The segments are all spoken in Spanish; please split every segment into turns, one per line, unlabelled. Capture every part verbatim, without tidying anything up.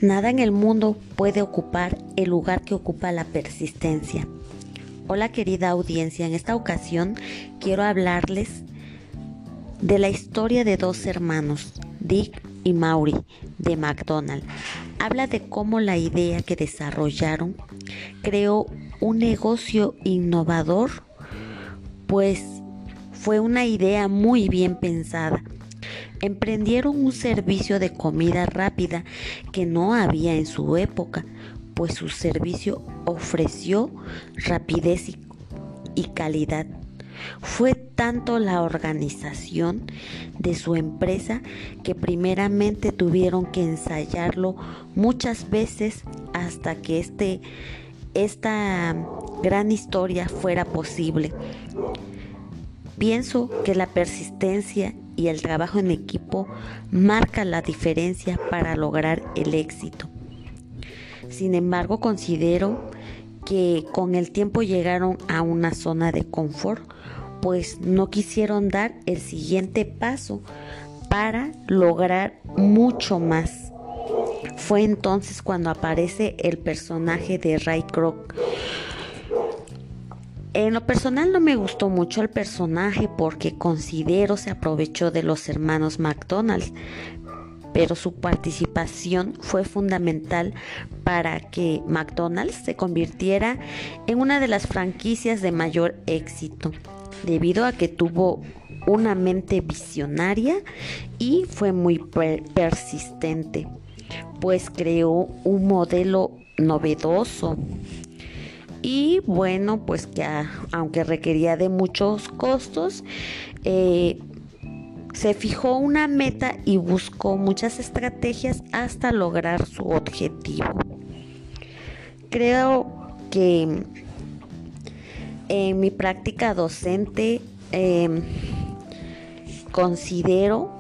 Nada en el mundo puede ocupar el lugar que ocupa la persistencia. Hola querida audiencia, en esta ocasión quiero hablarles de la historia de dos hermanos, Dick y Maury, de McDonald's. Habla de cómo la idea que desarrollaron creó un negocio innovador, pues fue una idea muy bien pensada. Emprendieron un servicio de comida rápida que no había en su época, pues su servicio ofreció rapidez y, y calidad. Fue tanto la organización de su empresa que primeramente tuvieron que ensayarlo muchas veces hasta que este, esta gran historia fuera posible. Pienso que la persistencia y el trabajo en equipo marca la diferencia para lograr el éxito. Sin embargo, considero que con el tiempo llegaron a una zona de confort, pues no quisieron dar el siguiente paso para lograr mucho más. Fue entonces cuando aparece el personaje de Ray Kroc. En lo personal no me gustó mucho el personaje porque considero se aprovechó de los hermanos McDonald's, pero su participación fue fundamental para que McDonald's se convirtiera en una de las franquicias de mayor éxito, debido a que tuvo una mente visionaria y fue muy per- persistente, pues creó un modelo novedoso. Y bueno, pues que a, aunque requería de muchos costos, eh, se fijó una meta y buscó muchas estrategias hasta lograr su objetivo. Creo que en mi práctica docente eh, considero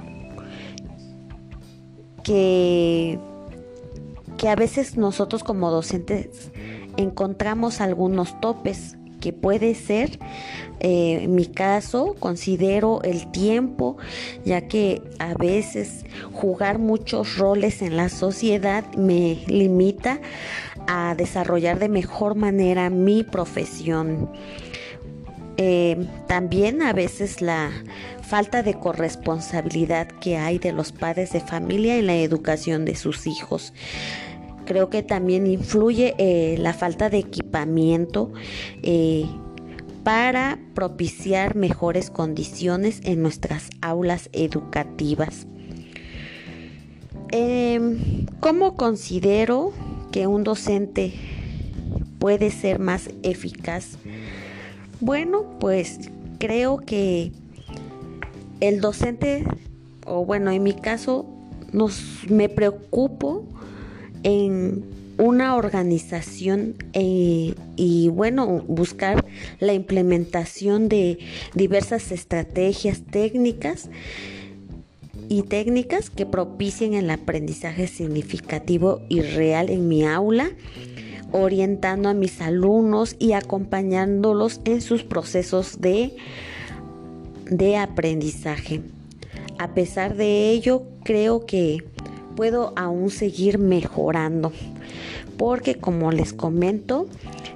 que, que a veces nosotros como docentes encontramos algunos topes que puede ser, eh, en mi caso considero el tiempo, ya que a veces jugar muchos roles en la sociedad me limita a desarrollar de mejor manera mi profesión. Eh, también a veces la falta de corresponsabilidad que hay de los padres de familia en la educación de sus hijos. Creo que también influye eh, la falta de equipamiento eh, para propiciar mejores condiciones en nuestras aulas educativas. Eh, ¿Cómo considero que un docente puede ser más eficaz? Bueno, pues creo que el docente, o bueno, en mi caso, nos, me preocupo en una organización eh, y bueno, buscar la implementación de diversas estrategias técnicas y técnicas que propicien el aprendizaje significativo y real en mi aula, orientando a mis alumnos y acompañándolos en sus procesos de, de aprendizaje. A pesar de ello, creo que puedo aún seguir mejorando, porque como les comento,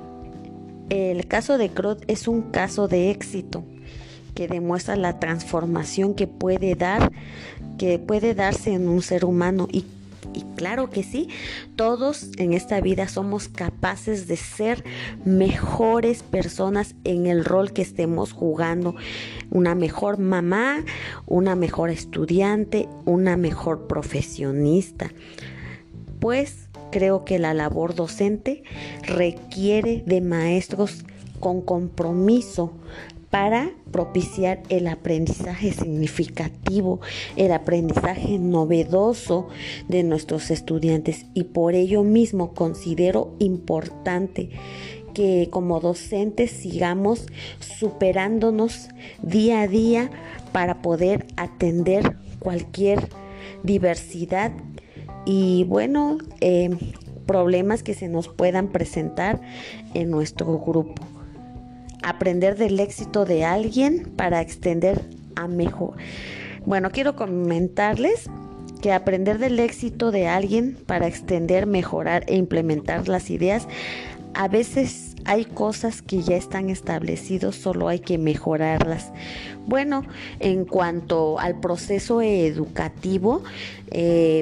el caso de Kroc es un caso de éxito que demuestra la transformación que puede dar, que puede darse en un ser humano y Y claro que sí, todos en esta vida somos capaces de ser mejores personas en el rol que estemos jugando. Una mejor mamá, una mejor estudiante, una mejor profesionista. Pues creo que la labor docente requiere de maestros con compromiso para propiciar el aprendizaje significativo, el aprendizaje novedoso de nuestros estudiantes, y por ello mismo considero importante que como docentes sigamos superándonos día a día para poder atender cualquier diversidad y bueno, eh, problemas que se nos puedan presentar en nuestro grupo. Aprender del éxito de alguien para extender a mejor. Bueno, quiero comentarles que aprender del éxito de alguien para extender, mejorar e implementar las ideas. A veces hay cosas que ya están establecidas, solo hay que mejorarlas. Bueno, en cuanto al proceso educativo, eh,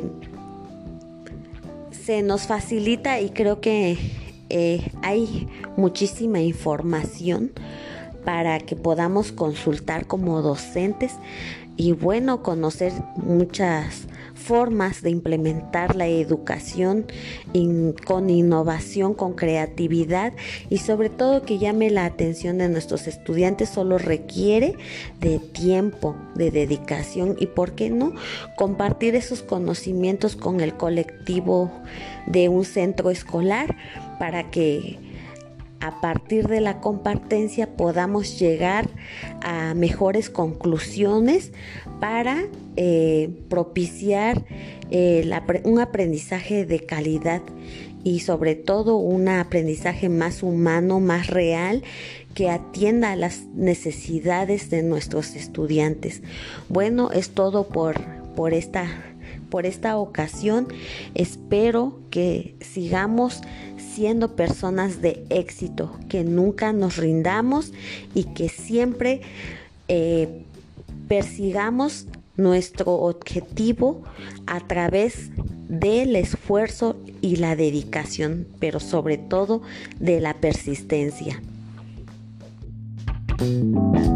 se nos facilita y creo que eh, hay muchísima información para que podamos consultar como docentes y bueno, conocer muchas formas de implementar la educación in, con innovación, con creatividad y sobre todo que llame la atención de nuestros estudiantes. Solo requiere de tiempo, de dedicación y, ¿por qué no?, compartir esos conocimientos con el colectivo de un centro escolar para que a partir de la compartencia podamos llegar a mejores conclusiones para eh, propiciar eh, un aprendizaje de calidad y sobre todo un aprendizaje más humano, más real, que atienda a las necesidades de nuestros estudiantes. Bueno, es todo por, por esta, por esta ocasión. Espero que sigamos siendo personas de éxito, que nunca nos rindamos y que siempre eh, persigamos nuestro objetivo a través del esfuerzo y la dedicación, pero sobre todo de la persistencia.